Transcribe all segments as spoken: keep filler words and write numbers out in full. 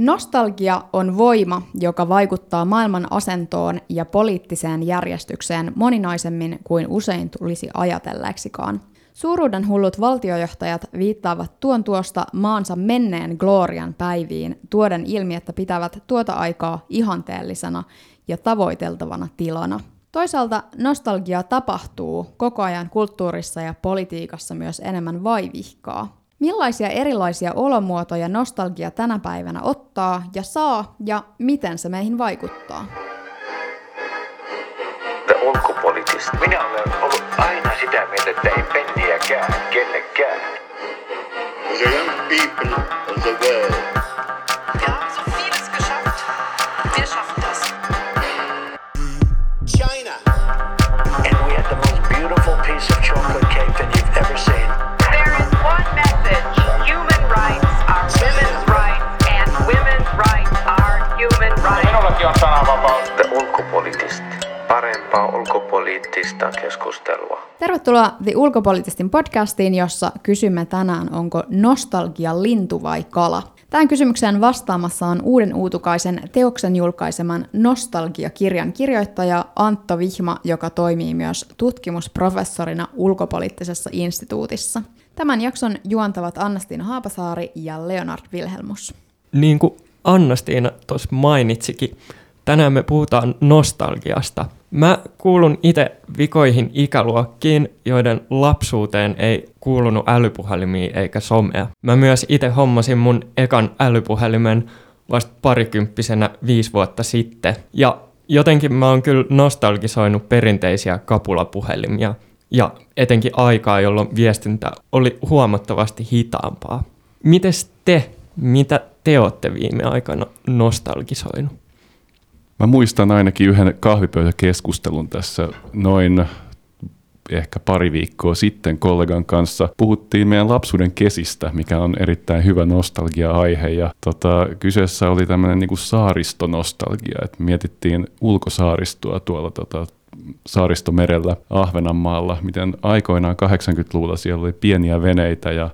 Nostalgia on voima, joka vaikuttaa maailman asentoon ja poliittiseen järjestykseen moninaisemmin kuin usein tulisi ajatelleeksikaan. Suuruuden hullut valtiojohtajat viittaavat tuon tuosta maansa menneen glorian päiviin, tuoden ilmi, että pitävät tuota aikaa ihanteellisena ja tavoiteltavana tilana. Toisaalta nostalgia tapahtuu koko ajan kulttuurissa ja politiikassa myös enemmän vaivihkaa. Millaisia erilaisia olomuotoja nostalgia tänä päivänä ottaa ja saa, ja miten se meihin vaikuttaa? Ulkopoliittista. Minä olen ollut aina sitä mieltä, että ei penniäkään kellekään. The young people of the world. Wir haben so vieles geschafft. Wir schaffen das. China. And we had the most beautiful piece of chocolate cake that you've ever seen. There is one message. Human rights are women's rights and women's rights are human rights. Minullakin on sananvapaus. Ulkopoliittista. Parempaa ulkopoliittista keskustelua. Tervetuloa The Ulkopoliittistin podcastiin, jossa kysymme tänään, onko nostalgia lintu vai kala. Tähän kysymykseen vastaamassa on Uuden Uutukaisen teoksen julkaiseman nostalgiakirjan kirjoittaja Antto Vihma, joka toimii myös tutkimusprofessorina ulkopoliittisessa instituutissa. Tämän jakson juontavat Anna-Stiina Haapasaari ja Leonard Wilhelmus. Niin kuin Anna-Stiina tuossa mainitsikin, tänään me puhutaan nostalgiasta. Mä kuulun itse vikoihin ikäluokkiin, joiden lapsuuteen ei kuulunut älypuhelimia eikä somea. Mä myös itse hommasin mun ekan älypuhelimen vasta parikymppisenä viisi vuotta sitten. Ja jotenkin mä oon kyllä nostalgisoinut perinteisiä kapulapuhelimia ja etenkin aikaa, jolloin viestintä oli huomattavasti hitaampaa. Mites te, mitä te ootte viime aikana nostalgisoinut? Mä muistan ainakin yhden kahvipöytäkeskustelun tässä noin ehkä pari viikkoa sitten kollegan kanssa. Puhuttiin meidän lapsuuden kesistä, mikä on erittäin hyvä nostalgia-aihe. Ja tota, kyseessä oli tämmöinen niinku saaristonostalgia, että mietittiin ulkosaaristoa tuolla tota, saaristomerellä Ahvenanmaalla, miten aikoinaan kahdeksankymmentäluvulla siellä oli pieniä veneitä ja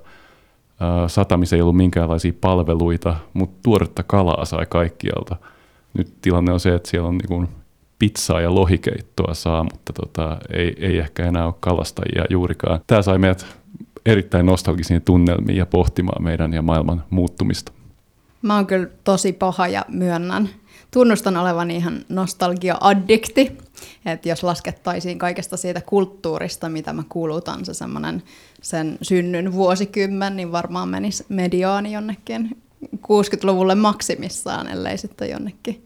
ää, satamissa ei ollut minkäänlaisia palveluita, mutta tuoretta kalaa sai kaikkialta. Nyt tilanne on se, että siellä on niin pizzaa ja lohikeittoa saa, mutta tota, ei, ei ehkä enää ole kalastajia juurikaan. Tämä sai meidät erittäin nostalgisiin tunnelmiin ja pohtimaan meidän ja maailman muuttumista. Mä oon kyllä tosi paha ja myönnän. Tunnustan olevani ihan nostalgia-addikti. Että jos laskettaisiin kaikesta siitä kulttuurista, mitä mä kuulutan, se semmoinen sen synnyn vuosikymmen, niin varmaan menisi mediaani jonnekin kuusikymmentäluvulle maksimissaan, ellei sitten jonnekin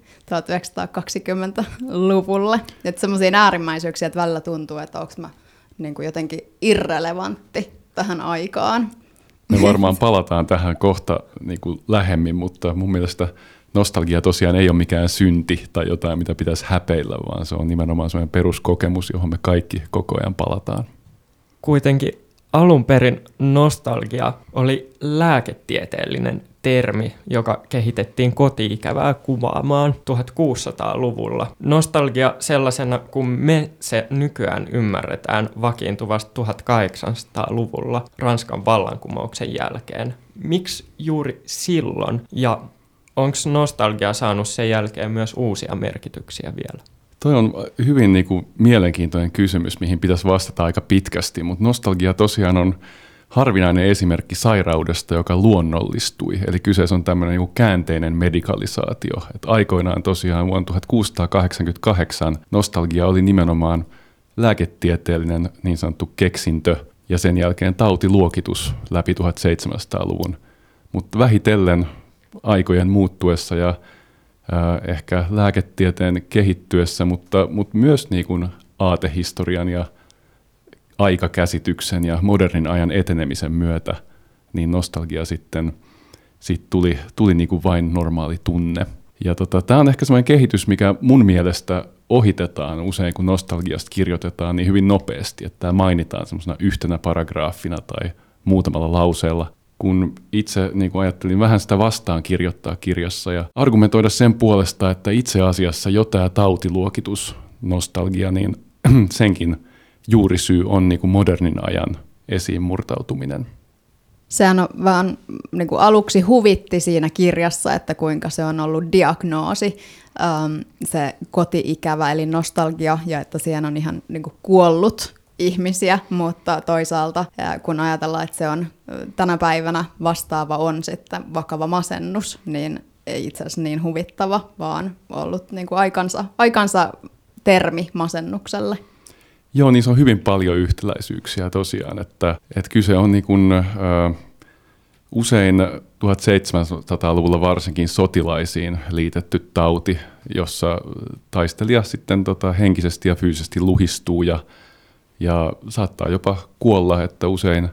tuhatyhdeksänsataakaksikymmentäluvulle. Että semmoisia äärimmäisyyksiä, että välillä tuntuu, että onko mä niin kuin jotenkin irrelevantti tähän aikaan. Me varmaan palataan tähän kohta niin kuin lähemmin, mutta mun mielestä nostalgia tosiaan ei ole mikään synti tai jotain, mitä pitäisi häpeillä, vaan se on nimenomaan semmoinen peruskokemus, johon me kaikki koko ajan palataan. Kuitenkin alun perin nostalgia oli lääketieteellinen termi, joka kehitettiin koti-ikävää kuvaamaan tuhatkuusisataaluvulla. Nostalgia sellaisena, kun me se nykyään ymmärretään, vakiintui vasta tuhatkahdeksansataaluvulla Ranskan vallankumouksen jälkeen. Miksi juuri silloin? Ja onko nostalgia saanut sen jälkeen myös uusia merkityksiä vielä? Toi on hyvin niin kuin mielenkiintoinen kysymys, mihin pitäisi vastata aika pitkästi, mutta nostalgia tosiaan on harvinainen esimerkki sairaudesta, joka luonnollistui. Eli kyseessä on tämmöinen niin kuin käänteinen medikalisaatio. Et aikoinaan tosiaan vuonna tuhatkuusisataakahdeksankymmentäkahdeksan nostalgia oli nimenomaan lääketieteellinen niin sanottu keksintö ja sen jälkeen tautiluokitus läpi tuhatseitsemänsataaluvun. Mutta vähitellen aikojen muuttuessa ja äh, ehkä lääketieteen kehittyessä, mutta, mutta myös niin kuin aatehistorian ja aikakäsityksen ja modernin ajan etenemisen myötä, niin nostalgia sitten sit tuli, tuli niin kuin vain normaali tunne. Ja tota, tämä on ehkä sellainen kehitys, mikä mun mielestä ohitetaan usein, kun nostalgiasta kirjoitetaan niin hyvin nopeasti, että tämä mainitaan semmoisena yhtenä paragraafina tai muutamalla lauseella, kun itse niin kuin ajattelin vähän sitä vastaan kirjoittaa kirjassa ja argumentoida sen puolesta, että itse asiassa jo tämä tautiluokitus, nostalgia, niin senkin juurisyy on niin kuin modernin ajan esiin murtautuminen. Sehän on vähän niin kuin aluksi huvitti siinä kirjassa, että kuinka se on ollut diagnoosi, ähm, se koti-ikävä eli nostalgia, ja että siihen on ihan niin kuin kuollut ihmisiä, mutta toisaalta kun ajatellaan, että se on tänä päivänä vastaava on sitten vakava masennus, niin ei itse asiassa niin huvittava, vaan ollut niin kuin aikansa, aikansa termi masennukselle. Joo, niin se on hyvin paljon yhtäläisyyksiä tosiaan, että, että kyse on niin kuin, ö, usein tuhatseitsemänsataaluvulla varsinkin sotilaisiin liitetty tauti, jossa taistelija sitten tota, henkisesti ja fyysisesti luhistuu ja, ja saattaa jopa kuolla, että usein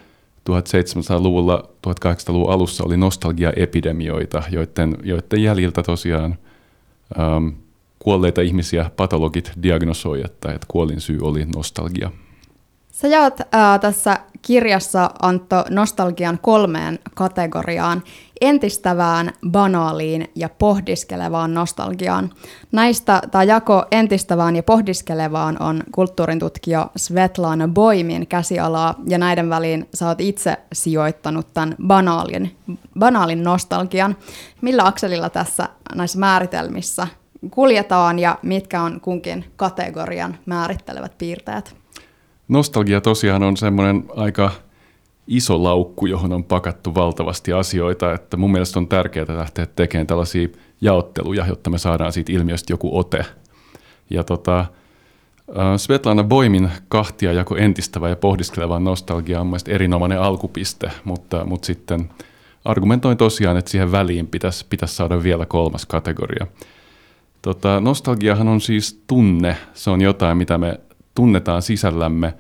tuhatseitsemänsataaluvulla, tuhatkahdeksansataaluvun alussa oli nostalgiaepidemioita, joiden, joiden jäljiltä tosiaan ähm, kuolleita ihmisiä patologit diagnosoi, että, että kuolinsyy oli nostalgia. Sä jaat ää, tässä kirjassa, Antto, nostalgian kolmeen kategoriaan: entistävään, banaaliin ja pohdiskelevaan nostalgiaan. Näistä tämä jako entistävään ja pohdiskelevaan on kulttuurin tutkija Svetlana Boimin käsialaa, ja näiden väliin sä oot itse sijoittanut tämän banaalin, banaalin nostalgian. Millä akselilla tässä näissä määritelmissä kuljetaan ja mitkä on kunkin kategorian määrittelevät piirteet? Nostalgia tosiaan on semmoinen aika iso laukku, johon on pakattu valtavasti asioita, että mun mielestä on tärkeää lähteä tekemään tällaisia jaotteluja, jotta me saadaan siitä ilmiöstä joku ote. Ja tota, Svetlana Boimin kahtiajako entistävä ja pohdiskeleva nostalgia on mielestäni erinomainen alkupiste, mutta, mutta sitten argumentoin tosiaan, että siihen väliin pitäisi, pitäisi saada vielä kolmas kategoria. Tota, nostalgiahan on siis tunne, se on jotain, mitä me tunnetaan sisällämme.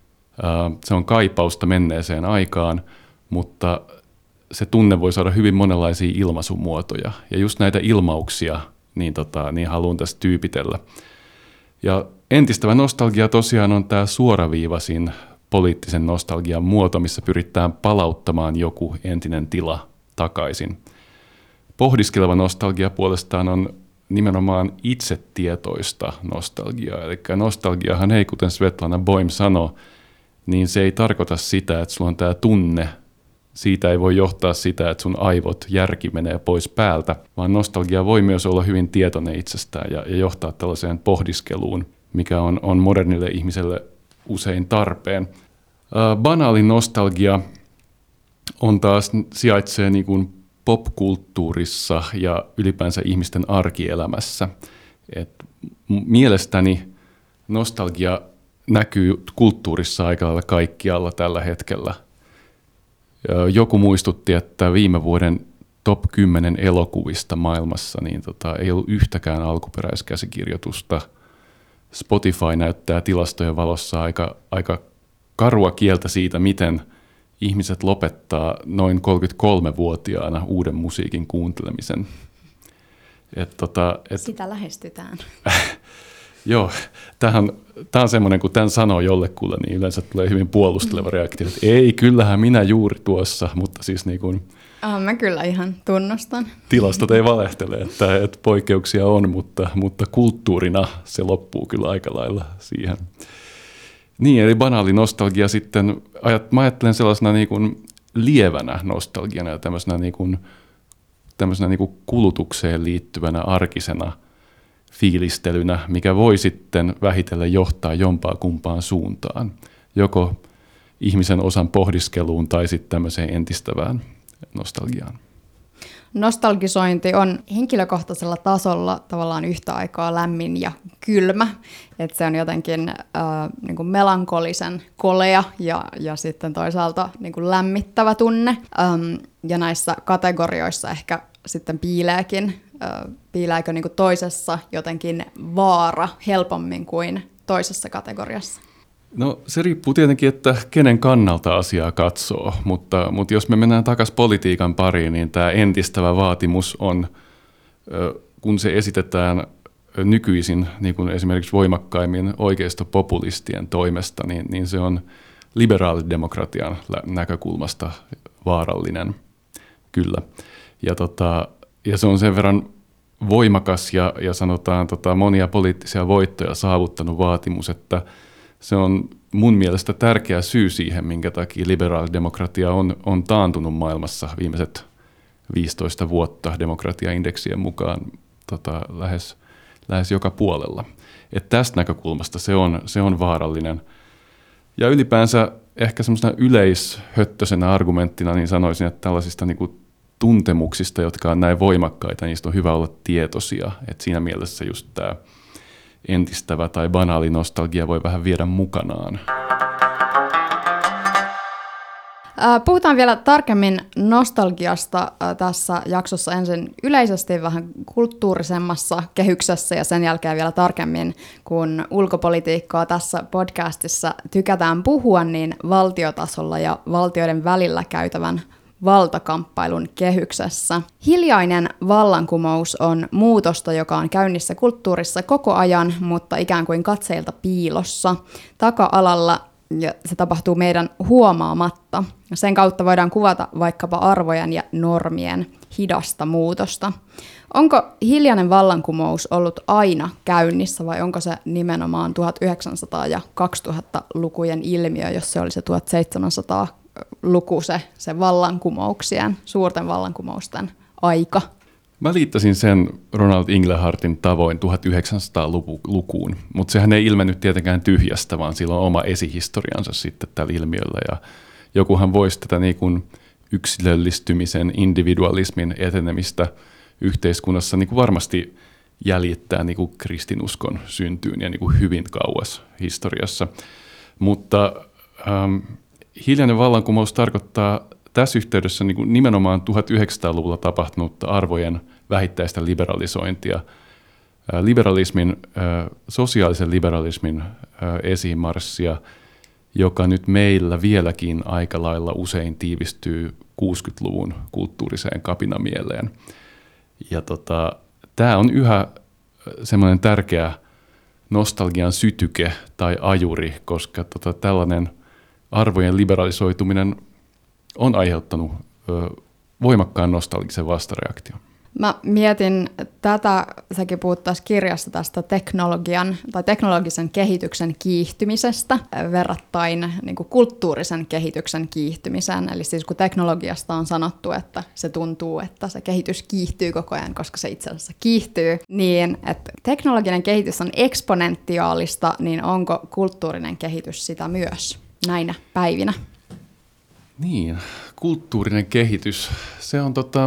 Se on kaipausta menneeseen aikaan, mutta se tunne voi saada hyvin monenlaisia ilmaisumuotoja. Ja just näitä ilmauksia niin, tota, niin haluan tässä tyypitellä. Ja entistävä nostalgia tosiaan on tämä suoraviivaisin poliittisen nostalgian muoto, missä pyritään palauttamaan joku entinen tila takaisin. Pohdiskeleva nostalgia puolestaan on nimenomaan itsetietoista nostalgiaa. Eli nostalgiahan ei, kuten Svetlana Boim sanoi, niin se ei tarkoita sitä, että sulla on tämä tunne. Siitä ei voi johtaa sitä, että sun aivot, järki menee pois päältä, vaan nostalgia voi myös olla hyvin tietoinen itsestään ja, ja johtaa tällaiseen pohdiskeluun, mikä on, on modernille ihmiselle usein tarpeen. Äh, banaali nostalgia on taas, sijaitsee niin kuin popkulttuurissa ja ylipäänsä ihmisten arkielämässä. Et mielestäni nostalgia näkyy kulttuurissa aika lailla kaikkialla tällä hetkellä. Joku muistutti, että viime vuoden top kymmenen elokuvista maailmassa niin tota, ei ollut yhtäkään alkuperäiskäsikirjoitusta. Spotify näyttää tilastojen valossa aika, aika karua kieltä siitä, miten ihmiset lopettaa noin kolmekymmentäkolmevuotiaana uuden musiikin kuuntelemisen. Et tota, et, Sitä lähestytään. Joo, tämä on, on semmoinen, kun tämän sanoo jollekulle, niin yleensä tulee hyvin puolusteleva reaktio, että ei, kyllähän minä juuri tuossa, mutta siis niin kuin Oh, mä kyllä ihan tunnustan. Tilastot ei valehtele, että, että poikkeuksia on, mutta, mutta kulttuurina se loppuu kyllä aika lailla siihen. Niin, eli banaali nostalgia sitten, mä ajattelen sellaisena niin kuin lievänä nostalgiana ja tämmöisenä, niin kuin, tämmöisenä niin kuin kulutukseen liittyvänä arkisena fiilistelynä, mikä voi sitten vähitellen johtaa jompaa kumpaan suuntaan, joko ihmisen osan pohdiskeluun tai sitten tämmöiseen entistävään nostalgiaan. Nostalgisointi on henkilökohtaisella tasolla tavallaan yhtä aikaa lämmin ja kylmä, että se on jotenkin äh, niin kuin melankolisen kolea ja, ja sitten toisaalta niin kuin lämmittävä tunne. Ähm, ja näissä kategorioissa ehkä sitten piileekin, äh, piileekö niin kuin toisessa jotenkin vaara helpommin kuin toisessa kategoriassa? No se riippuu tietenkin, että kenen kannalta asiaa katsoo, mutta, mutta jos me mennään takaisin politiikan pariin, niin tämä entistävä vaatimus on, kun se esitetään nykyisin, niin kuin esimerkiksi voimakkaimmin oikeistopopulistien toimesta, niin, niin se on liberaalidemokratian näkökulmasta vaarallinen, kyllä. Ja, tota, ja se on sen verran voimakas ja, ja sanotaan tota, monia poliittisia voittoja saavuttanut vaatimus, että se on mun mielestä tärkeä syy siihen, minkä takia liberaalidemokratia on, on taantunut maailmassa viimeiset viisitoista vuotta demokratiaindeksien mukaan tota, lähes, lähes joka puolella. Et tästä näkökulmasta se on, se on vaarallinen. Ja ylipäänsä ehkä semmoisena yleishöttöisenä argumenttina niin sanoisin, että tällaisista niin kuin tuntemuksista, jotka on näin voimakkaita, niistä on hyvä olla tietoisia. Et siinä mielessä just tämä entistävä tai banaali nostalgia voi vähän viedä mukanaan. Puhutaan vielä tarkemmin nostalgiasta tässä jaksossa ensin yleisesti vähän kulttuurisemmassa kehyksessä ja sen jälkeen vielä tarkemmin, kun ulkopolitiikkaa tässä podcastissa tykätään puhua, niin valtiotasolla ja valtioiden välillä käytävän valtakamppailun kehyksessä. Hiljainen vallankumous on muutosta, joka on käynnissä kulttuurissa koko ajan, mutta ikään kuin katseilta piilossa. Taka-alalla ja se tapahtuu meidän huomaamatta. Sen kautta voidaan kuvata vaikkapa arvojen ja normien hidasta muutosta. Onko hiljainen vallankumous ollut aina käynnissä vai onko se nimenomaan tuhatyhdeksänsataa- ja kaksituhattalukujen ilmiö, jos se oli se tuhatseitsemänsataaluku se, se vallankumouksien, suurten vallankumousten aika? Mä liittäisin sen Ronald Inglehartin tavoin tuhatyhdeksänsataalukuun, mutta sehän ei ilmennyt tietenkään tyhjästä, vaan sillä on oma esihistoriansa sitten tällä ilmiöllä. Ja jokuhan voisi tätä niin kuin yksilöllistymisen, individualismin etenemistä yhteiskunnassa niin kuin varmasti jäljittää niin kuin kristinuskon syntyyn ja niin kuin hyvin kauas historiassa. Mutta ähm, hiljainen vallankumous tarkoittaa tässä yhteydessä niin kuin nimenomaan tuhatyhdeksänsataaluvulla tapahtunutta arvojen vähittäistä liberalisointia, liberalismin, sosiaalisen liberalismin esimarssia, joka nyt meillä vieläkin aika lailla usein tiivistyy kuusikymmentäluvun kulttuuriseen kapinamieleen. Ja tota, tämä on yhä semmoinen tärkeä nostalgian sytyke tai ajuri, koska tota, tällainen arvojen liberalisoituminen on aiheuttanut ö, voimakkaan nostalgisen vastareaktion. Mä mietin tätä, säkin puhut tässä kirjassa tästä teknologian tai teknologisen kehityksen kiihtymisestä verrattain niin kuin kulttuurisen kehityksen kiihtymiseen. Eli siis kun teknologiasta on sanottu, että se tuntuu, että se kehitys kiihtyy koko ajan, koska se itse asiassa kiihtyy, niin että teknologinen kehitys on eksponentiaalista, niin onko kulttuurinen kehitys sitä myös näinä päivinä? Niin, kulttuurinen kehitys, se on tota,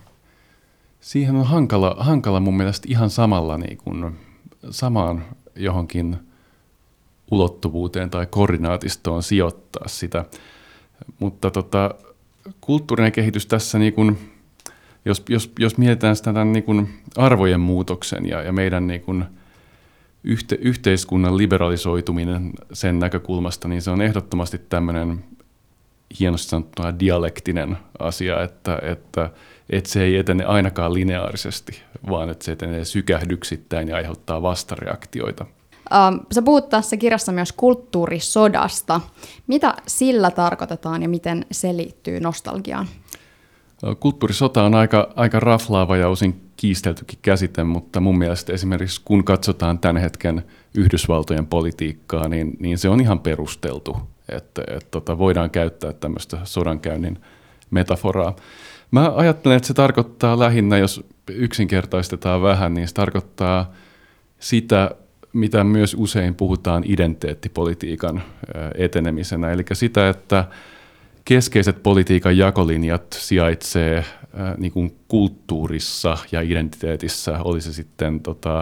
siihen on hankala, hankala mun mielestä ihan samalla niin kuin, samaan johonkin ulottuvuuteen tai koordinaatistoon sijoittaa sitä. Mutta tota, kulttuurinen kehitys tässä, niin kuin, jos, jos, jos mietitään sitä tämän niin kuin arvojen muutoksen ja, ja meidän niin kuin yhte, yhteiskunnan liberalisoituminen sen näkökulmasta, niin se on ehdottomasti tämmöinen hienosti sanottuna dialektinen asia, että, että, että se ei etene ainakaan lineaarisesti, vaan että se etenee sykähdyksittäin ja aiheuttaa vastareaktioita. Ähm, sä puhut tässä kirjassa myös kulttuurisodasta. Mitä sillä tarkoitetaan ja miten se liittyy nostalgiaan? Kulttuurisota on aika, aika raflaava ja osin kiisteltykin käsite, mutta mun mielestä esimerkiksi kun katsotaan tämän hetken Yhdysvaltojen politiikkaa, niin, niin se on ihan perusteltu. Että et, tota, voidaan käyttää tämmöistä sodankäynnin metaforaa. Mä ajattelen, että se tarkoittaa lähinnä, jos yksinkertaistetaan vähän, niin se tarkoittaa sitä, mitä myös usein puhutaan identiteettipolitiikan etenemisenä. Eli sitä, että keskeiset politiikan jakolinjat sijaitsee äh, niin kuin kulttuurissa ja identiteetissä, oli se sitten tota,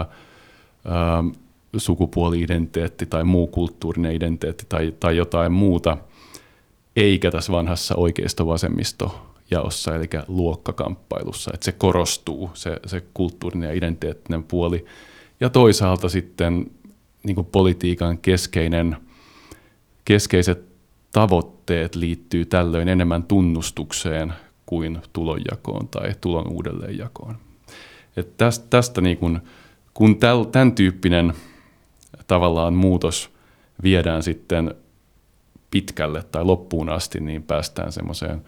äh, sukupuoli-identiteetti tai muu kulttuurinen identiteetti tai, tai jotain muuta, eikä tässä vanhassa oikeisto-vasemmisto-jaossa, eli luokkakamppailussa, että se korostuu, se, se kulttuurinen ja identiteettinen puoli. Ja toisaalta sitten niin kuin politiikan keskeinen, keskeiset tavoitteet liittyy tällöin enemmän tunnustukseen kuin tulonjakoon tai tulon uudelleenjakoon. Et tästä, tästä niin kun, kun täl, tämän tyyppinen tavallaan muutos viedään sitten pitkälle tai loppuun asti, niin päästään semmoiseen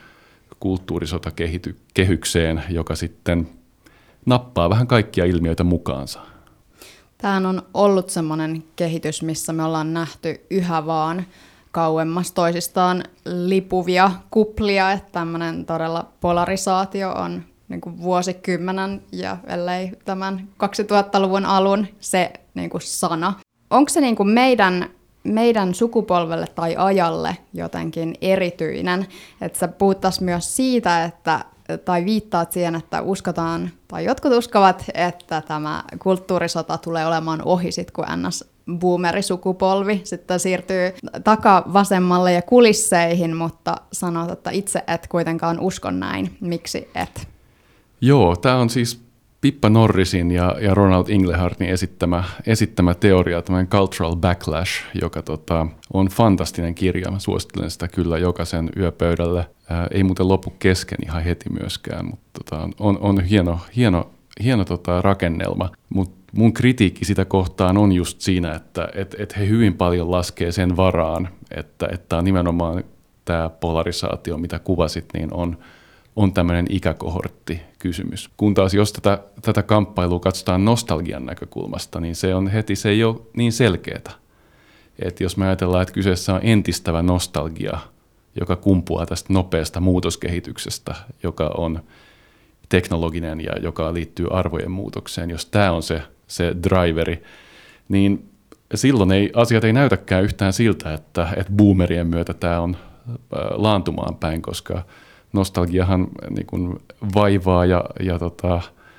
kulttuurisotakehykseen, joka sitten nappaa vähän kaikkia ilmiöitä mukaansa. Tämähän on ollut semmoinen kehitys, missä me ollaan nähty yhä vaan kauemmas toisistaan lipuvia kuplia, että tämmöinen todella polarisaatio on niin kuin vuosikymmenen ja ellei tämän kaksituhattaluvun alun se niin kuin sana. Onko se niin kuin meidän, meidän sukupolvelle tai ajalle jotenkin erityinen, että sä puhuttaisiin myös siitä, että tai viittaat siihen, että uskotaan, tai jotkut uskovat, että tämä kulttuurisota tulee olemaan ohi sit, kun ns. Boomerisukupolvi sitten siirtyy takavasemmalle ja kulisseihin, mutta sanot, että itse et kuitenkaan usko näin. Miksi et? Joo, tämä on siis Pippa Norrisin ja, ja Ronald Inglehardtin esittämä, esittämä teoria, tämmöinen cultural backlash, joka tota, on fantastinen kirja. Mä suosittelen sitä kyllä jokaisen yöpöydälle. Ää, ei muuten lopu kesken ihan heti myöskään, mutta tota, on, on hieno, hieno, hieno tota, rakennelma. Mutta mun kritiikki sitä kohtaan on just siinä, että et, et he hyvin paljon laskee sen varaan, että että on nimenomaan tämä polarisaatio, mitä kuvasit, niin on on tämmöinen ikäkohorttikysymys. Kun taas jos tätä, tätä kamppailua katsotaan nostalgian näkökulmasta, niin se on heti, se ei ole niin selkeätä. Että jos me ajatellaan, että kyseessä on entistävä nostalgia, joka kumpuaa tästä nopeasta muutoskehityksestä, joka on teknologinen ja joka liittyy arvojen muutokseen, jos tämä on se, se driveri, niin silloin ei, asiat ei näytäkään yhtään siltä, että, että boomerien myötä tämä on laantumaan päin, koska nostalgiahan niin kuin vaivaa ja, ja tota,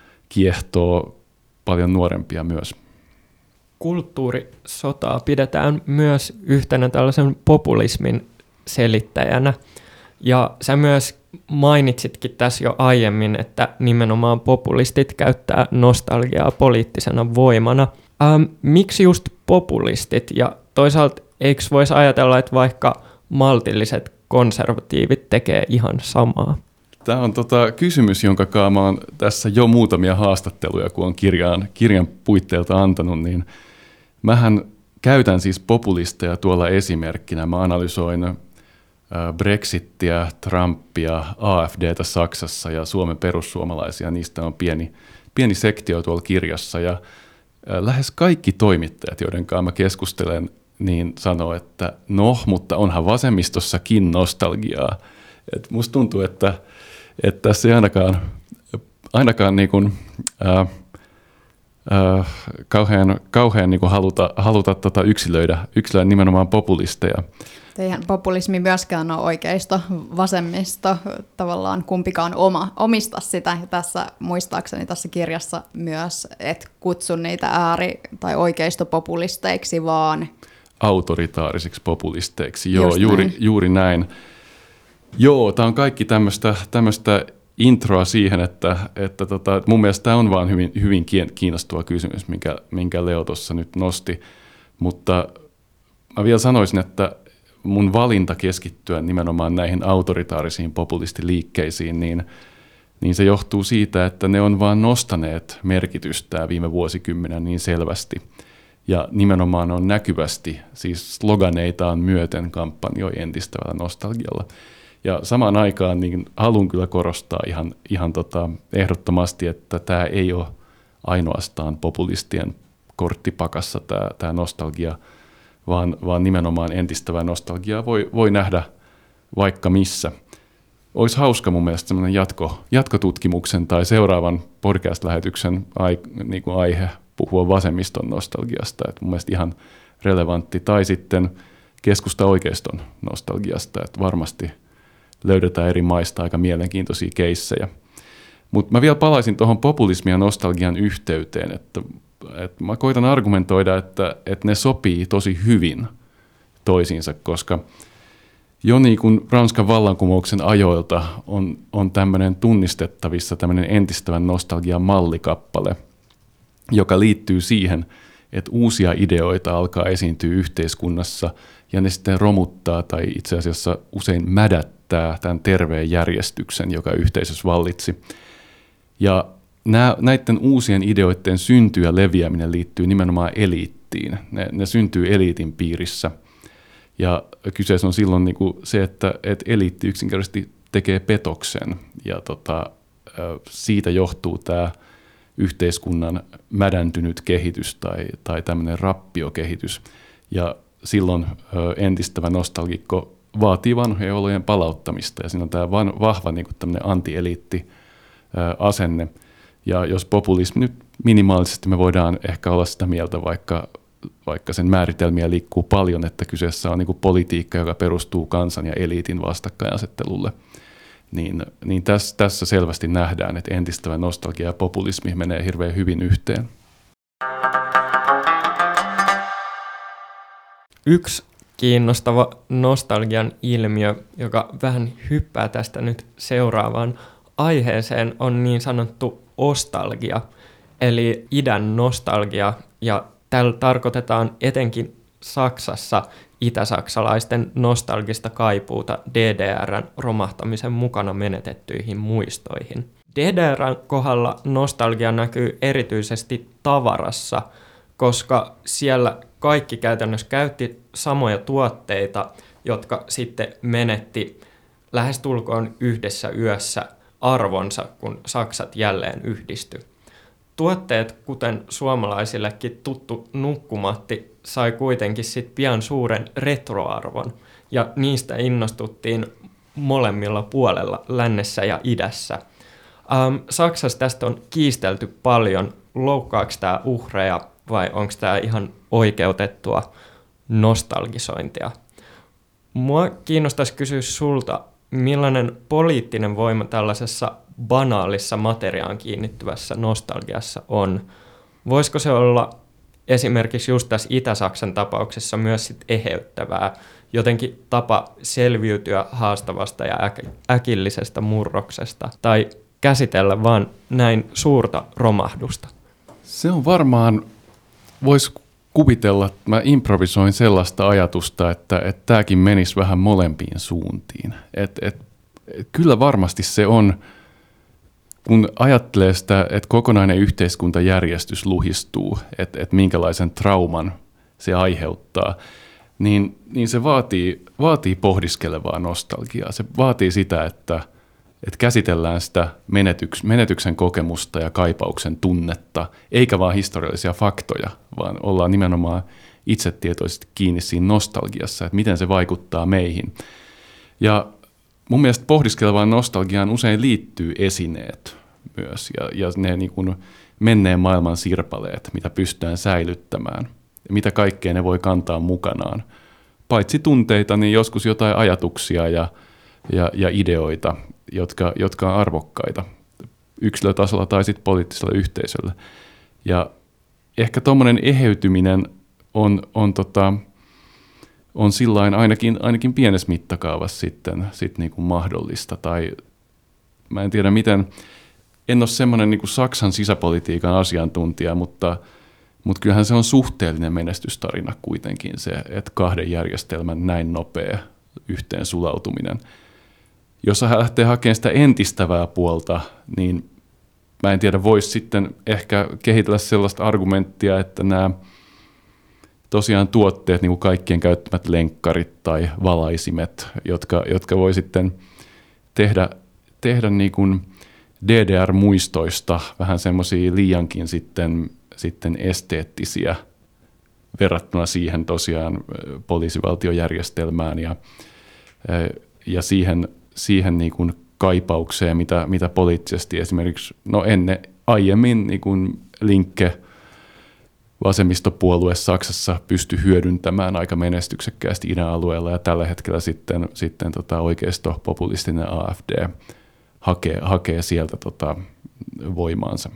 kiehtoo paljon nuorempia myös. Kulttuurisotaa pidetään myös yhtenä tällaisen populismin selittäjänä. Ja sä myös mainitsitkin tässä jo aiemmin, että nimenomaan populistit käyttää nostalgiaa poliittisena voimana. Ähm, miksi just populistit? Ja toisaalta eikö voisi ajatella, että vaikka maltilliset konservatiivit tekee ihan samaa? Tämä on tota kysymys, jonka mä oon tässä jo muutamia haastatteluja, kun on kirjan, kirjan puitteilta antanut, niin mähän käytän siis populisteja tuolla esimerkkinä. Mä analysoin Brexittiä, Trumpia, A F D:tä Saksassa ja Suomen perussuomalaisia. Niistä on pieni, pieni sektio tuolla kirjassa ja lähes kaikki toimittajat, joiden kanssa mä keskustelen, niin sanoo, että no, mutta onhan vasemmistossakin nostalgiaa. Et musta tuntuu, että, että tässä ei ainakaan, ainakaan niin kuin, ää, ää, kauhean, kauhean niin kuin haluta, haluta tota yksilöidä, yksilöidä nimenomaan populisteja. Eihän populismi myöskään ole oikeisto, vasemmisto, tavallaan kumpikaan oma, omista sitä. Ja tässä muistaakseni tässä kirjassa myös, et kutsu niitä ääri- tai oikeistopopulisteiksi, vaan autoritaarisiksi populisteiksi. Joo, juuri, juuri näin. Joo, tämä on kaikki tämmöistä introa siihen, että, että tota, mun mielestä tämä on vaan hyvin, hyvin kiinnostava kysymys, minkä, minkä Leo tuossa nyt nosti. Mutta mä vielä sanoisin, että mun valinta keskittyä nimenomaan näihin autoritaarisiin populistiliikkeisiin, niin, niin se johtuu siitä, että ne on vaan nostaneet merkitystään viime vuosikymmenen niin selvästi. Ja nimenomaan on näkyvästi, siis sloganeitaan myöten kampanjoi entistävällä nostalgialla. Ja samaan aikaan niin haluan kyllä korostaa ihan, ihan tota ehdottomasti, että tämä ei ole ainoastaan populistien korttipakassa tämä, tämä nostalgia, vaan, vaan nimenomaan entistävää nostalgiaa voi, voi nähdä vaikka missä. Olisi hauska mun mielestä semmoinen jatko, jatkotutkimuksen tai seuraavan podcast-lähetyksen ai, niin kuin aihe puhua vasemmiston nostalgiasta, että mun mielestä ihan relevantti, tai sitten keskusta-oikeiston nostalgiasta, että varmasti löydetään eri maista aika mielenkiintoisia keissejä. Mutta mä vielä palaisin tuohon populismin ja nostalgian yhteyteen, että, että mä koitan argumentoida, että, että ne sopii tosi hyvin toisiinsa, koska jo niin kuin Ranskan vallankumouksen ajoilta on, on tämmöinen tunnistettavissa tämmöinen entistävän nostalgian mallikappale, joka liittyy siihen, että uusia ideoita alkaa esiintyä yhteiskunnassa ja ne sitten romuttaa tai itse asiassa usein mädättää tämän terveen järjestyksen, joka yhteisössä vallitsi. Ja nämä, näiden uusien ideoiden synty ja leviäminen liittyy nimenomaan eliittiin. Ne, ne syntyy eliitin piirissä. Ja kyseessä on silloin niin kuin se, että, että eliitti yksinkertaisesti tekee petoksen ja tota, siitä johtuu tämä yhteiskunnan mädäntynyt kehitys tai, tai tämmöinen rappiokehitys. Ja silloin entistävä nostalgikko vaatii vanhojen olojen palauttamista, ja siinä on tämä vahva niin kuin tämmöinen anti-eliitti-asenne. Ja jos populismi nyt minimaalisesti me voidaan ehkä olla sitä mieltä, vaikka, vaikka sen määritelmiä liikkuu paljon, että kyseessä on niin kuin politiikka, joka perustuu kansan ja eliitin vastakkainasettelulle, niin, niin tässä, tässä selvästi nähdään, että entistävä nostalgia ja populismi menee hirveän hyvin yhteen. Yksi kiinnostava nostalgian ilmiö, joka vähän hyppää tästä nyt seuraavaan aiheeseen, on niin sanottu ostalgia, eli idän nostalgia, ja tällä tarkoitetaan etenkin Saksassa itäsaksalaisten nostalgista kaipuuta D D R:n romahtamisen mukana menetettyihin muistoihin. D D R:n kohdalla nostalgia näkyy erityisesti tavarassa, koska siellä kaikki käytännössä käytti samoja tuotteita, jotka sitten menetti lähestulkoon yhdessä yössä arvonsa, kun Saksat jälleen yhdistyi. Tuotteet, kuten suomalaisillekin tuttu nukkumatti, sai kuitenkin sit pian suuren retroarvon, ja niistä innostuttiin molemmilla puolella, lännessä ja idässä. Ähm, Saksassa tästä on kiistelty paljon, loukkaako tämä uhreja vai onko tämä ihan oikeutettua nostalgisointia. Mua kiinnostaisi kysyä sulta, millainen poliittinen voima tällaisessa banaalissa materiaan kiinnittyvässä nostalgiassa on? Voisiko se olla esimerkiksi just tässä Itä-Saksan tapauksessa myös sit eheyttävää, jotenkin tapa selviytyä haastavasta ja äk- äkillisestä murroksesta, tai käsitellä vaan näin suurta romahdusta? Se on varmaan, voisi kuvitella, että mä improvisoin sellaista ajatusta, että, että tämäkin menisi vähän molempiin suuntiin. Et, et, et kyllä varmasti se on, kun ajattelee sitä, että kokonainen yhteiskuntajärjestys luhistuu, että, että minkälaisen trauman se aiheuttaa, niin, niin se vaatii, vaatii pohdiskelevaa nostalgiaa. Se vaatii sitä, että, että käsitellään sitä menetyks, menetyksen kokemusta ja kaipauksen tunnetta, eikä vaan historiallisia faktoja, vaan ollaan nimenomaan itsetietoisesti kiinni siinä nostalgiassa, että miten se vaikuttaa meihin. Ja mun mielestä pohdiskelevaan nostalgiaan usein liittyy esineet myös, ja, ja ne niin kuin menneen maailman sirpaleet, mitä pystytään säilyttämään, ja mitä kaikkea ne voi kantaa mukanaan. Paitsi tunteita, niin joskus jotain ajatuksia ja, ja, ja ideoita, jotka, jotka on arvokkaita yksilötasolla tai sitten poliittisella yhteisöllä. Ja ehkä tuommoinen eheytyminen on, on, tota, on sillain ainakin, ainakin pienessä mittakaavassa sitten sit niinku mahdollista. Tai mä en tiedä miten, en ole semmoinen niinku Saksan sisäpolitiikan asiantuntija, mutta, mutta kyllähän se on suhteellinen menestystarina kuitenkin se, että kahden järjestelmän näin nopea yhteen sulautuminen. Jos hän lähtee hakemaan sitä entistävää puolta, niin mä en tiedä, voisi sitten ehkä kehitellä sellaista argumenttia, että nämä tosiaan tuotteet, niin kuin kaikkien käyttämät lenkkarit tai valaisimet, jotka, jotka voi sitten tehdä, tehdä niin kuin D D R-muistoista vähän semmoisia liiankin sitten, sitten esteettisiä verrattuna siihen tosiaan poliisivaltiojärjestelmään ja, ja siihen, siihen niin kuin kaipaukseen, mitä, mitä poliittisesti esimerkiksi, no ennen aiemmin niin kuin Linke vasemmistopuolue Saksassa pystyi hyödyntämään aika menestyksekkäästi idän alueella, ja tällä hetkellä sitten, sitten tota oikeisto populistinen A F D hakee, hakee sieltä tota voimaansa.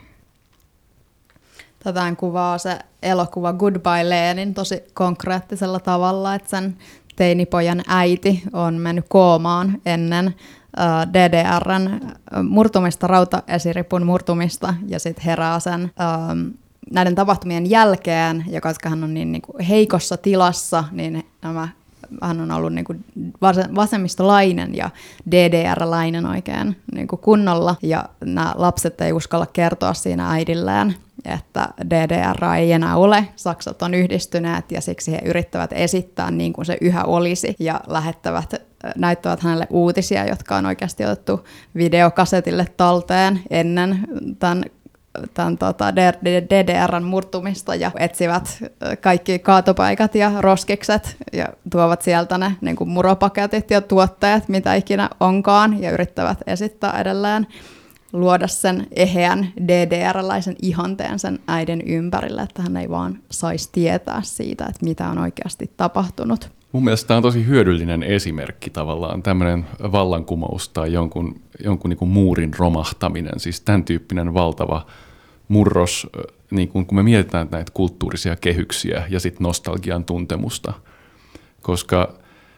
Tätä kuvaa se elokuva Goodbye Lenin tosi konkreettisella tavalla, että sen teinipojan äiti on mennyt koomaan ennen D D R:n murtumista, rautaesiripun murtumista, ja sitten herää sen ähm, näiden tapahtumien jälkeen, ja koska hän on niin, niin kuin heikossa tilassa, niin nämä, hän on ollut niin kuin vasemmistolainen ja D D R-lainen oikein niin kuin kunnolla, ja nämä lapset ei uskalla kertoa siinä äidilleen, että D D R ei enää ole, Saksat on yhdistyneet, ja siksi he yrittävät esittää niin kuin se yhä olisi, ja lähettävät, näyttävät hänelle uutisia, jotka on oikeasti otettu videokasetille talteen ennen tämän tämän tota, D D R:n murtumista ja etsivät kaikki kaatopaikat ja roskikset ja tuovat sieltä ne niin kuin muropaketit ja tuotteet, mitä ikinä onkaan, ja yrittävät esittää edelleen, luoda sen eheän D D R-läisen ihanteen sen äidin ympärille, että hän ei vaan saisi tietää siitä, että mitä on oikeasti tapahtunut. Mun mielestä tämä on tosi hyödyllinen esimerkki tavallaan, tämmöinen vallankumous tai jonkun, jonkun niin kuin muurin romahtaminen, siis tämän tyyppinen valtava murros, niin kun me mietitään näitä kulttuurisia kehyksiä ja sitten nostalgian tuntemusta. Koska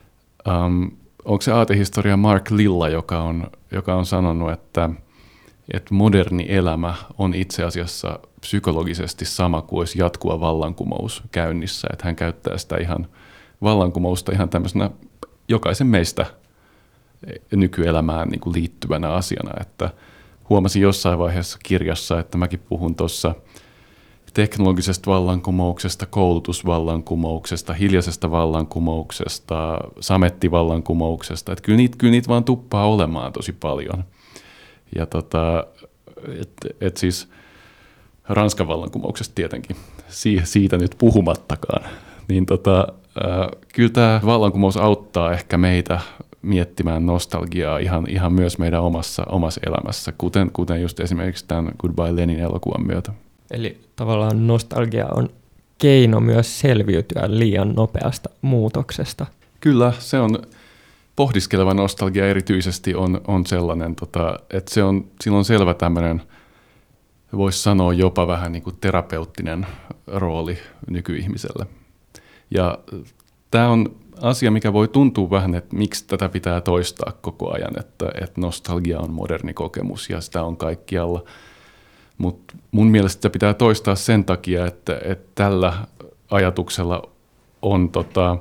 um, onko se aatehistoria Mark Lilla, joka on, joka on sanonut, että, että moderni elämä on itse asiassa psykologisesti sama kuin olisi jatkuva vallankumous käynnissä, että hän käyttää sitä ihan vallankumousta ihan tämmöisenä jokaisen meistä nykyelämään niin kuin liittyvänä asiana, että huomasin jossain vaiheessa kirjassa, että mäkin puhun tuossa teknologisesta vallankumouksesta, koulutusvallankumouksesta, hiljaisesta vallankumouksesta, samettivallankumouksesta, että kyllä niitä, kyllä niitä vaan tuppaa olemaan tosi paljon. Ja tota, että et siis Ranskan vallankumouksesta tietenkin, siitä nyt puhumattakaan, niin tota, kyllä tämä vallankumous auttaa ehkä meitä miettimään nostalgiaa ihan, ihan myös meidän omassa, omassa elämässä, kuten, kuten just esimerkiksi tämän Goodbye Lenin-elokuvan myötä. Eli tavallaan nostalgia on keino myös selviytyä liian nopeasta muutoksesta. Kyllä, se on pohdiskeleva nostalgia erityisesti on, on sellainen, tota, että se on, sillä on selvä tämmöinen, voisi sanoa jopa vähän niin kuin terapeuttinen rooli nykyihmiselle. Ja tämä on asia, mikä voi tuntua vähän, että miksi tätä pitää toistaa koko ajan, että, että nostalgia on moderni kokemus ja sitä on kaikkialla. Mutta mun mielestä sitä pitää toistaa sen takia, että, että tällä ajatuksella on tota,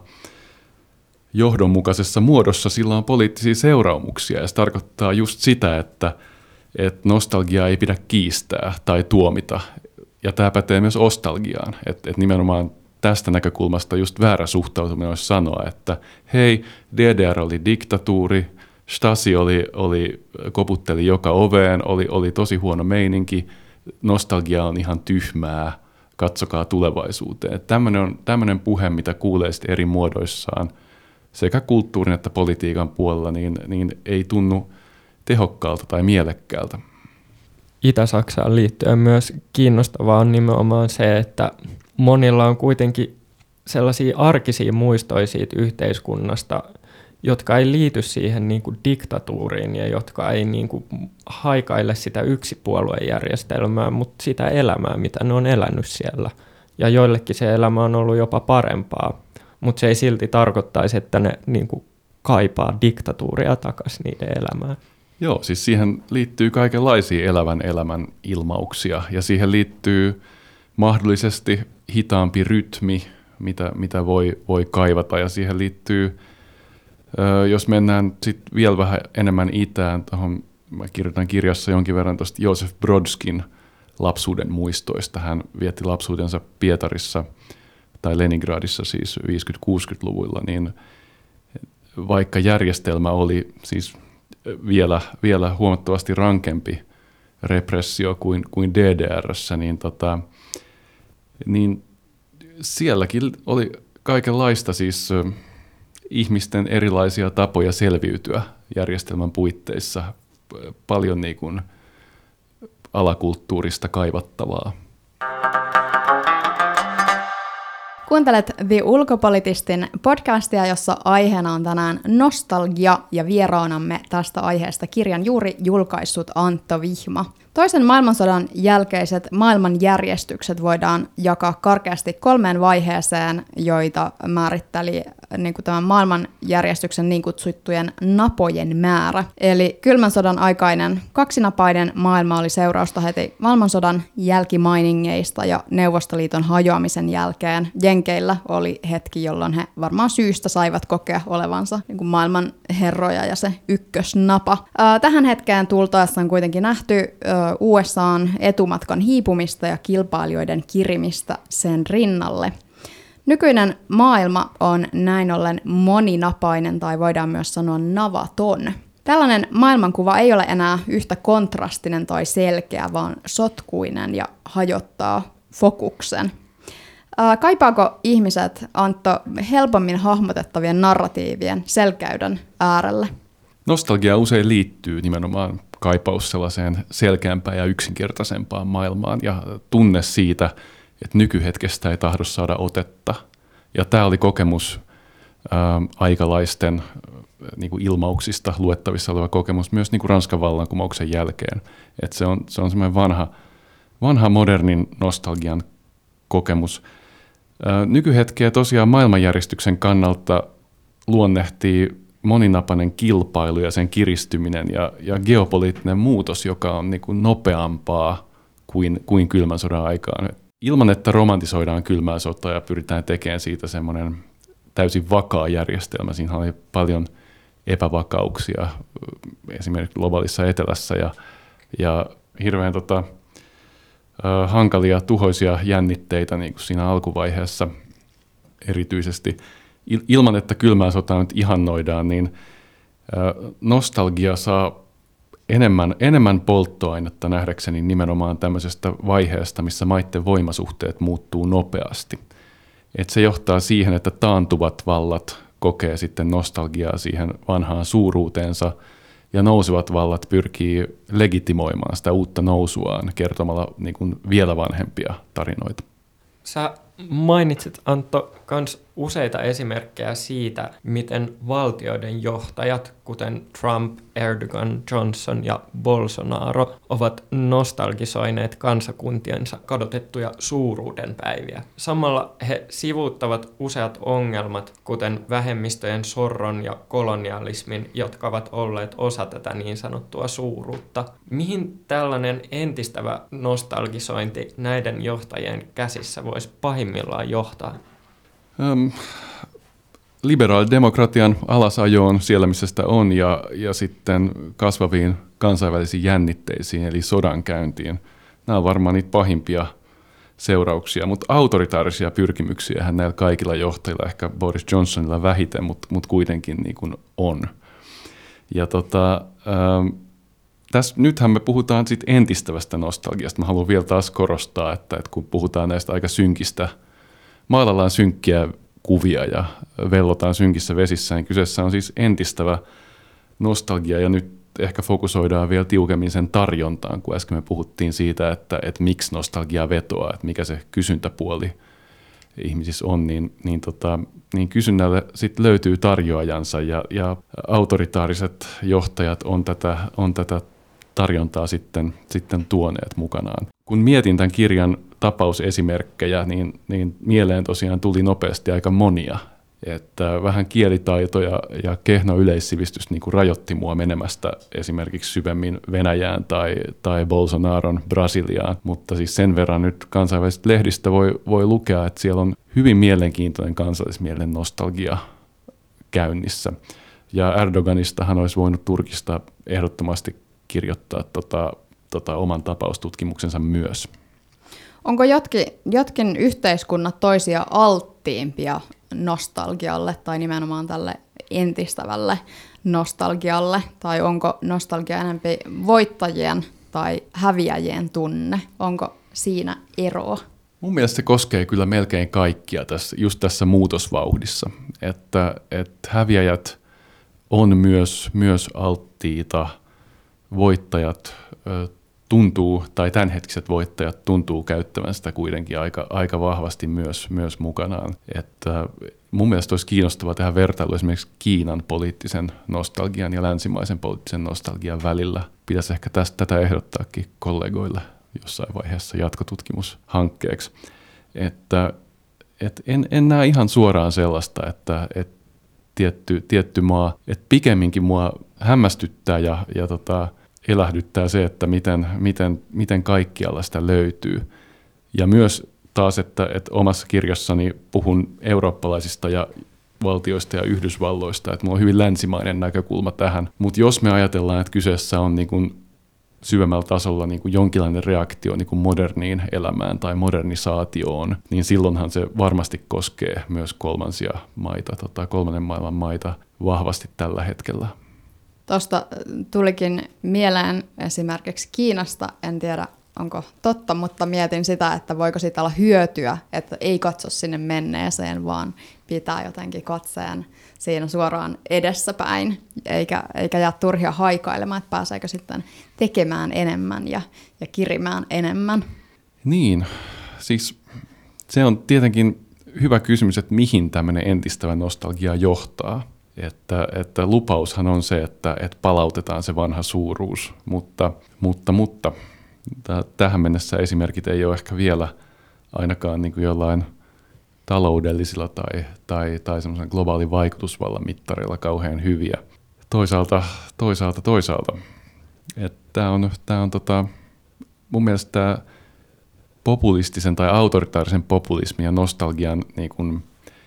johdonmukaisessa muodossa, sillä on poliittisia seuraamuksia ja se tarkoittaa just sitä, että, että nostalgiaa ei pidä kiistää tai tuomita. Ja tämä pätee myös ostalgiaan, että, että nimenomaan tästä näkökulmasta just väärä suhtautuminen olisi sanoa, että hei, D D R oli diktatuuri, Stasi oli, oli, koputteli joka oveen, oli, oli tosi huono meininki, nostalgia on ihan tyhmää, katsokaa tulevaisuuteen. Tämmöinen on tämmöinen puhe, mitä kuulee sitten eri muodoissaan sekä kulttuurin että politiikan puolella, niin, niin ei tunnu tehokkaalta tai mielekkäältä. Itä-Saksaan liittyen myös kiinnostavaa on nimenomaan se, että monilla on kuitenkin sellaisia arkisia muistoja siitä yhteiskunnasta, jotka ei liity siihen niin kuin diktatuuriin ja jotka ei niin kuin haikaile sitä yksipuoluejärjestelmää, mutta sitä elämää, mitä ne on elänyt siellä. Ja joillekin se elämä on ollut jopa parempaa, mutta se ei silti tarkoittaisi, että ne niin kuin kaipaa diktatuuria takaisin niiden elämään. Joo, siis siihen liittyy kaikenlaisia elävän elämän ilmauksia ja siihen liittyy mahdollisesti hitaampi rytmi, mitä, mitä voi, voi kaivata, ja siihen liittyy, ö, jos mennään sitten vielä vähän enemmän itään, tohon, mä kirjoitan kirjassa jonkin verran tuosta Josef Brodskin lapsuuden muistoista. Hän vietti lapsuudensa Pietarissa tai Leningradissa siis viisikymmentä-kuusikymmentäluvuilla, niin vaikka järjestelmä oli siis vielä, vielä huomattavasti rankempi repressio kuin, kuin D D R:ssä, niin tota, niin sielläkin oli kaikenlaista siis ihmisten erilaisia tapoja selviytyä järjestelmän puitteissa, paljon niin kuin alakulttuurista kaivattavaa. Kuuntelet The Ulkopolitistin podcastia, jossa aiheena on tänään nostalgia, ja vieraanamme tästä aiheesta kirjan juuri julkaissut Antto Vihma. Toisen maailmansodan jälkeiset maailmanjärjestykset voidaan jakaa karkeasti kolmeen vaiheeseen, joita määritteli niin kuin tämän maailmanjärjestyksen niin kutsuttujen napojen määrä. Eli kylmän sodan aikainen kaksinapainen maailma oli seurausta heti maailmansodan jälkimainingeista, ja Neuvostoliiton hajoamisen jälkeen Jenkeillä oli hetki, jolloin he varmaan syystä saivat kokea olevansa niin kuin maailman herroja ja se ykkösnapa. Tähän hetkeen tultaessa on kuitenkin nähty U S A:n etumatkan hiipumista ja kilpailijoiden kirimistä sen rinnalle. Nykyinen maailma on näin ollen moninapainen, tai voidaan myös sanoa navaton. Tällainen maailmankuva ei ole enää yhtä kontrastinen tai selkeä, vaan sotkuinen ja hajottaa fokuksen. Ää, kaipaako ihmiset, Antto, helpommin hahmotettavien narratiivien selkeyden äärelle? Nostalgia usein liittyy nimenomaan kaipaus sellaiseen selkeämpään ja yksinkertaisempaan maailmaan ja tunne siitä, että nykyhetkestä ei tahdo saada otetta. Ja tämä oli kokemus ää, aikalaisten ää, niin kuin ilmauksista luettavissa oleva kokemus myös niin kuin Ranskan vallankumouksen jälkeen. Et se on, se on semmoinen vanha, vanha modernin nostalgian kokemus. Ää, nykyhetkeä tosiaan maailmanjärjestyksen kannalta luonnehtii moninapainen kilpailu ja sen kiristyminen ja, ja geopoliittinen muutos, joka on niin kuin nopeampaa kuin, kuin kylmän sodan aikaan. Ilman, että romantisoidaan kylmää sotaa ja pyritään tekemään siitä semmoinen täysin vakaa järjestelmä. Siinä oli paljon epävakauksia esimerkiksi globaalissa etelässä ja, ja hirveän tota, äh, hankalia, tuhoisia jännitteitä niin kuin siinä alkuvaiheessa erityisesti. Ilman, että kylmää sotaa nyt ihannoidaan, niin nostalgia saa enemmän, enemmän polttoainetta nähdäkseni nimenomaan tämmöisestä vaiheesta, missä maiden voimasuhteet muuttuu nopeasti. Et se johtaa siihen, että taantuvat vallat kokee sitten nostalgiaa siihen vanhaan suuruuteensa, ja nousevat vallat pyrkii legitimoimaan sitä uutta nousuaan kertomalla niin kuin vielä vanhempia tarinoita. Sä mainitsit, Antto, kans useita esimerkkejä siitä, miten valtioiden johtajat, kuten Trump, Erdogan, Johnson ja Bolsonaro, ovat nostalgisoineet kansakuntiensa kadotettuja suuruudenpäiviä. Samalla he sivuuttavat useat ongelmat, kuten vähemmistöjen sorron ja kolonialismin, jotka ovat olleet osa tätä niin sanottua suuruutta. Mihin tällainen entistävä nostalgisointi näiden johtajien käsissä voisi pahimmillaan johtaa? Um, liberaalidemokratian alasajoon siellä, missä sitä on, ja, ja sitten kasvaviin kansainvälisiin jännitteisiin, eli sodankäyntiin. Nämä on varmaan niitä pahimpia seurauksia, mutta autoritaarisia pyrkimyksiähän näillä kaikilla johtajilla, ehkä Boris Johnsonilla vähiten, mutta, mutta kuitenkin niin kuin on. Ja tota, um, tässä, nythän me puhutaan sit entistävästä nostalgiasta. Mä haluan vielä taas korostaa, että, että kun puhutaan näistä aika synkistä, maalaillaan synkkiä kuvia ja vellotaan synkissä vesissä, niin kyseessä on siis entistävä nostalgia, ja nyt ehkä fokusoidaan vielä tiukemmin sen tarjontaan, kun äsken me puhuttiin siitä, että, että miksi nostalgia vetoaa, että mikä se kysyntäpuoli ihmisissä on, niin, niin, tota, niin kysynnälle sitten löytyy tarjoajansa, ja, ja autoritaariset johtajat on tätä, on tätä tarjontaa sitten, sitten tuoneet mukanaan. Kun mietin tämän kirjan tapausesimerkkejä, niin, niin mieleen tosiaan tuli nopeasti aika monia. Että vähän kielitaito ja, ja kehno yleissivistys niin kuin rajoitti mua menemästä esimerkiksi syvemmin Venäjään tai, tai Bolsonaron Brasiliaan. Mutta siis sen verran nyt kansainvälisestä lehdistä voi, voi lukea, että siellä on hyvin mielenkiintoinen kansallismielen nostalgia käynnissä. Ja Erdoganistahan olisi voinut Turkista ehdottomasti kirjoittaa tota, tota oman tapaustutkimuksensa myös. Onko jotkin, jotkin yhteiskunnat toisia alttiimpia nostalgialle tai nimenomaan tälle entistävälle nostalgialle? Tai onko nostalgia enemmän voittajien tai häviäjien tunne? Onko siinä eroa? Mun mielestä se koskee kyllä melkein kaikkia tässä, just tässä muutosvauhdissa. Että, että häviäjät on myös, myös alttiita, voittajat ö, tuntuu, tai tämänhetkiset voittajat tuntuu käyttävän sitä kuitenkin aika, aika vahvasti myös, myös mukanaan. Että mun mielestä olisi kiinnostavaa tehdä vertailu esimerkiksi Kiinan poliittisen nostalgian ja länsimaisen poliittisen nostalgian välillä. Pitäisi ehkä tästä tätä ehdottaakin kollegoille jossain vaiheessa jatkotutkimushankkeeksi. Että, et en, en näe ihan suoraan sellaista, että et tietty, tietty maa, että pikemminkin mua hämmästyttää ja, ja tota, elähdyttää se, että miten, miten, miten kaikkialla sitä löytyy. Ja myös taas, että, että omassa kirjassani puhun eurooppalaisista ja valtioista ja Yhdysvalloista, että mulla on hyvin länsimainen näkökulma tähän. Mutta jos me ajatellaan, että kyseessä on niin kuin syvemmällä tasolla niin kuin jonkinlainen reaktio niin kuin moderniin elämään tai modernisaatioon, niin silloinhan se varmasti koskee myös kolmansia maita, tota, kolmannen maailman maita vahvasti tällä hetkellä. Tuosta tulikin mieleen esimerkiksi Kiinasta, en tiedä onko totta, mutta mietin sitä, että voiko siitä olla hyötyä, että ei katso sinne menneeseen, vaan pitää jotenkin katseen siinä suoraan edessäpäin, eikä, eikä jää turhia haikailemaan, että pääseekö sitten tekemään enemmän ja, ja kirimään enemmän. Niin, siis se on tietenkin hyvä kysymys, että mihin tämmöinen entistävä nostalgia johtaa. Että, että lupaushan on se, että, että palautetaan se vanha suuruus, mutta, mutta, mutta tähän mennessä esimerkit ei ole ehkä vielä ainakaan niin kuin jollain taloudellisilla tai, tai, tai semmoisen globaalin vaikutusvallan mittarilla kauhean hyviä. Toisaalta, toisaalta, toisaalta. Tämä on, tää on tota, mun mielestä tämä populistisen tai autoritaarisen populismin ja nostalgian, niin kun,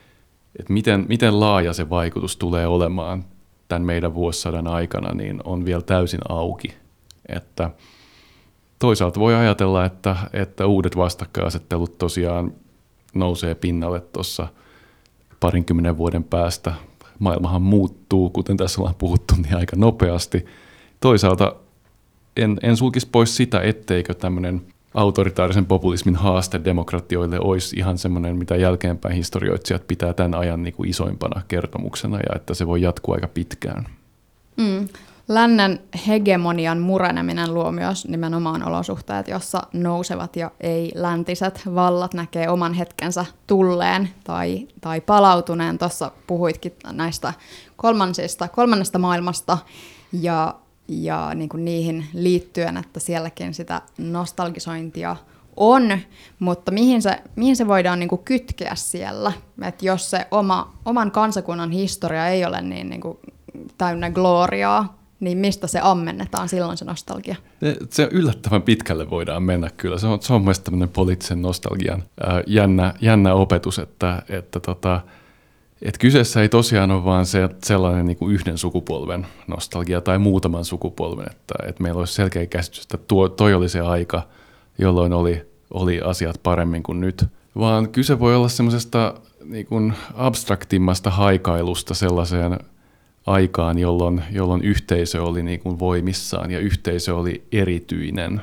että miten, miten laaja se vaikutus tulee olemaan tämän meidän vuosisadan aikana, niin on vielä täysin auki. Että toisaalta voi ajatella, että, että uudet vastakkainasettelut tosiaan nousee pinnalle tuossa parinkymmenen vuoden päästä. Maailmahan muuttuu, kuten tässä ollaan puhuttu, niin aika nopeasti. Toisaalta en, en sulkisi pois sitä, etteikö tämmöinen autoritaarisen populismin haaste demokratioille olisi ihan semmoinen, mitä jälkeenpäin historioitsijat pitää tämän ajan niin kuin isoimpana kertomuksena, ja että se voi jatkua aika pitkään. Mm. Lännen hegemonian mureneminen luo myös nimenomaan olosuhteet, jossa nousevat ja ei-läntiset vallat näkee oman hetkensä tulleen tai, tai palautuneen. Tuossa puhuitkin näistä kolmansista, kolmannesta maailmasta ja, ja niin kuin niihin liittyen, että sielläkin sitä nostalgisointia on, mutta mihin se, mihin se voidaan niin kuin kytkeä siellä? Et jos se oma, oman kansakunnan historia ei ole niin, niin kuin täynnä gloriaa, niin mistä se ammennetaan silloin se nostalgia? Se yllättävän pitkälle voidaan mennä kyllä. Se on, se on mielestäni tämmöinen poliittisen nostalgian ää, jännä, jännä opetus, että, että, tota, että kyseessä ei tosiaan ole vaan se, sellainen niin kuin yhden sukupolven nostalgia tai muutaman sukupolven, että, että meillä olisi selkeä käsitys, että tuo, toi oli se aika, jolloin oli, oli asiat paremmin kuin nyt. Vaan kyse voi olla semmoisesta niin kuin abstraktimmasta haikailusta sellaiseen aikaan, jolloin, jolloin yhteisö oli niin kuin voimissaan ja yhteisö oli erityinen.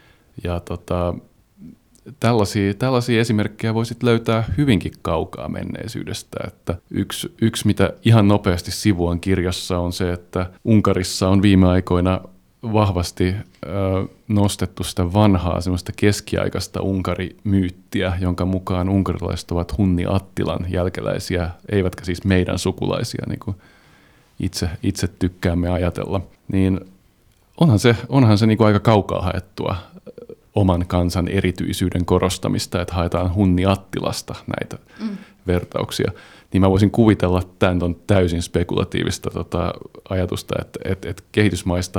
Ja tota, tällaisia, tällaisia esimerkkejä voisit löytää hyvinkin kaukaa menneisyydestä. Että yksi, yksi, mitä ihan nopeasti sivuan kirjassa, on se, että Unkarissa on viime aikoina vahvasti ö, nostettu sitä vanhaa, semmoista keskiaikaista Unkari-myyttiä, jonka mukaan unkarilaiset ovat Hunni Attilan jälkeläisiä, eivätkä siis meidän sukulaisia, niin kuin Itse, itse tykkäämme ajatella, niin onhan se, onhan se niin kuin aika kaukaa haettua oman kansan erityisyyden korostamista, että haetaan Hunni Attilasta näitä mm. vertauksia. Niin mä voisin kuvitella, että tämä on täysin spekulatiivista tota, ajatusta, että et, et kehitysmaista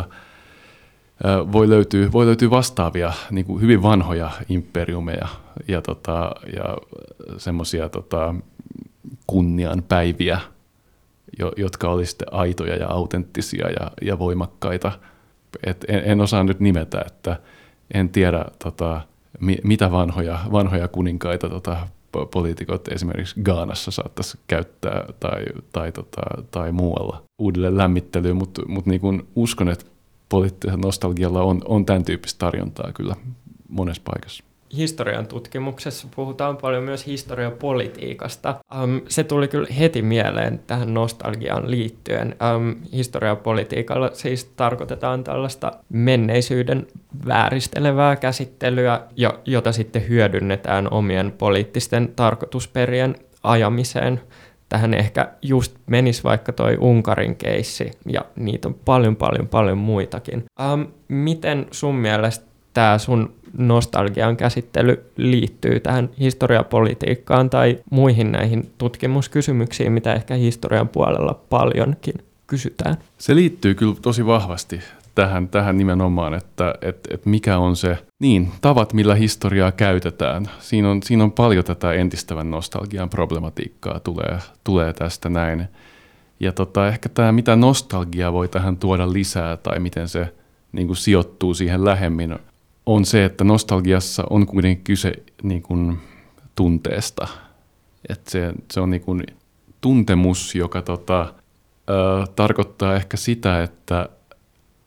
ä, voi, löytyä, voi löytyä vastaavia niin kuin hyvin vanhoja imperiumeja ja, tota, ja semmoisia tota, kunnianpäiviä, jotka oli sitten aitoja ja autenttisia ja, ja voimakkaita. Et en, en osaa nyt nimetä, että en tiedä, tota, mi, mitä vanhoja, vanhoja kuninkaita tota, poliitikot esimerkiksi Ghanassa saattaisi käyttää tai, tai, tota, tai muualla uudelleen lämmittelyyn, mutta mut niin kun uskon, että poliittisella nostalgialla on, on tämän tyyppistä tarjontaa kyllä monessa paikassa. Historian tutkimuksessa puhutaan paljon myös historiapolitiikasta. Um, se tuli kyllä heti mieleen tähän nostalgiaan liittyen. Um, historiapolitiikalla siis tarkoitetaan tällaista menneisyyden vääristelevää käsittelyä, jo, jota sitten hyödynnetään omien poliittisten tarkoitusperien ajamiseen. Tähän ehkä just menisi vaikka toi Unkarin keissi, ja niitä on paljon, paljon, paljon muitakin. Um, miten sun mielestä tämä sun nostalgian käsittely liittyy tähän historiapolitiikkaan tai muihin näihin tutkimuskysymyksiin, mitä ehkä historian puolella paljonkin kysytään? Se liittyy kyllä tosi vahvasti tähän, tähän nimenomaan, että et, et mikä on se niin, tavat, millä historiaa käytetään. Siinä on, siinä on paljon tätä entistävän nostalgian problematiikkaa tulee, tulee tästä näin. Ja tota, ehkä tämä, mitä nostalgia voi tähän tuoda lisää tai miten se niin kuin sijoittuu siihen lähemmin, on se, että nostalgiassa on kuitenkin kyse niin kuin tunteesta. Että se, se on niin kuin tuntemus, joka tota, ö, tarkoittaa ehkä sitä, että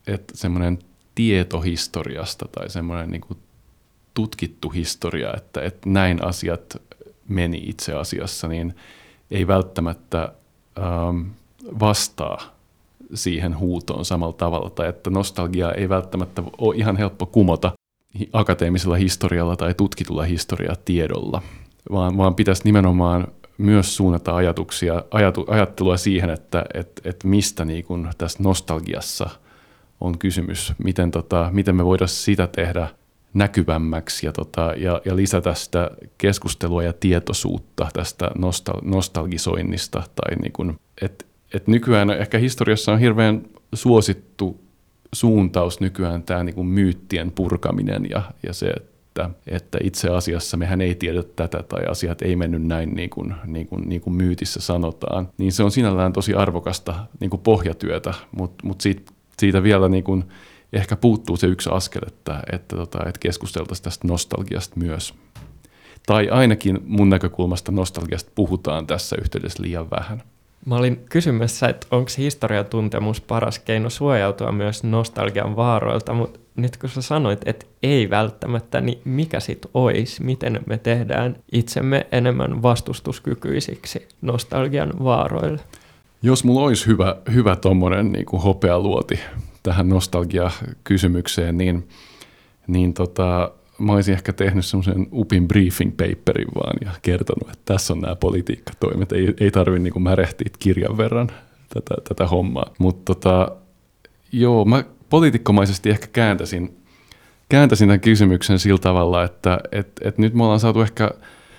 että semmoinen tietohistoriasta tai semmoinen niin kuin tutkittu historia, että, että näin asiat meni itse asiassa, niin ei välttämättä ähm, vastaa siihen huutoon samalla tavalla, tai että nostalgia ei välttämättä ole ihan helppo kumota akateemisella historialla tai tutkitulla historiatiedolla, vaan, vaan pitäisi nimenomaan myös suunnata ajatuksia, ajatu, ajattelua siihen, että et, et mistä niin kun tässä nostalgiassa on kysymys, miten, tota, miten me voidaan sitä tehdä näkyvämmäksi ja, tota, ja, ja lisätä sitä keskustelua ja tietoisuutta tästä nostal- nostalgisoinnista. Tai niin kun, et, et nykyään ehkä historiassa on hirveän suosittu suuntaus nykyään tämä niin kun myyttien purkaminen ja, ja se, että, että itse asiassa mehän ei tiedä tätä tai asiat ei mennyt näin niin kuin, niin kuin, niin kuin myytissä sanotaan. Niin se on sinällään tosi arvokasta niin kuin pohjatyötä, mutta mut siitä, siitä vielä niin kuin ehkä puuttuu se yksi askel, että, että, tota, että keskusteltaisiin tästä nostalgiasta myös. Tai ainakin mun näkökulmasta nostalgiasta puhutaan tässä yhteydessä liian vähän. Mä olin kysymässä, että onko historiatuntemus paras keino suojautua myös nostalgian vaaroilta, mutta nyt kun sä sanoit, että ei välttämättä, niin mikä sit olisi? Miten me tehdään itsemme enemmän vastustuskykyisiksi nostalgian vaaroille? Jos mulla olisi hyvä, hyvä tommonen niin kuin hopealuoti tähän nostalgia-kysymykseen, niin, niin tota, mä olisin ehkä tehnyt semmoisen UPin briefing paperin vaan ja kertonut, että tässä on nämä politiikkatoimet. Ei, ei tarvitse niin kuin märehtiä kirjan verran tätä, tätä hommaa. Mutta tota, joo, mä poliitikkomaisesti ehkä kääntäisin, kääntäisin tämän kysymyksen sillä tavalla, että et, et nyt me ollaan saatu ehkä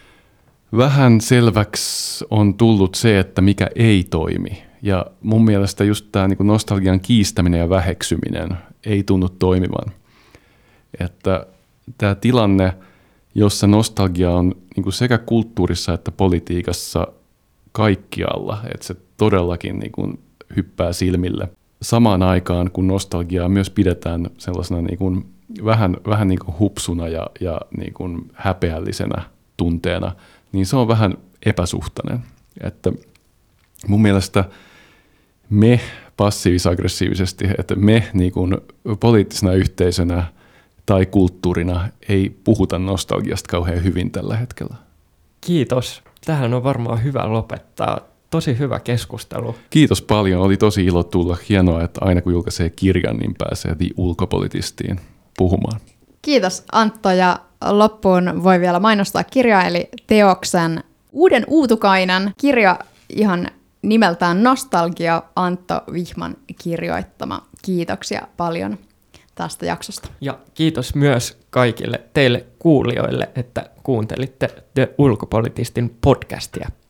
vähän selväksi on tullut se, että mikä ei toimi. Ja mun mielestä just tämä niin kuin nostalgian kiistäminen ja väheksyminen ei tunnu toimivan. Että tämä tilanne, jossa nostalgia on niin kuin sekä kulttuurissa että politiikassa kaikkialla, että se todellakin niin kuin hyppää silmille. Samaan aikaan, kun nostalgiaa myös pidetään sellaisena niin kuin vähän, vähän niin kuin hupsuna ja, ja niin kuin häpeällisenä tunteena, niin se on vähän epäsuhtainen. Että mun mielestä me passiivis-aggressiivisesti, että me niin kuin poliittisena yhteisönä tai kulttuurina ei puhuta nostalgiasta kauhean hyvin tällä hetkellä. Kiitos. Tähän on varmaan hyvä lopettaa. Tosi hyvä keskustelu. Kiitos paljon. Oli tosi ilo tulla. Hienoa, että aina kun julkaisee kirjan, niin pääsee The Ulkopolitistiin puhumaan. Kiitos Antto, ja loppuun voi vielä mainostaa kirjaa, eli teoksen Uuden uutukainen kirja ihan nimeltään Nostalgia, Antto Vihman kirjoittama. Kiitoksia paljon tästä jaksosta. Ja kiitos myös kaikille teille kuulijoille, että kuuntelitte The Ulkopolitistin podcastia.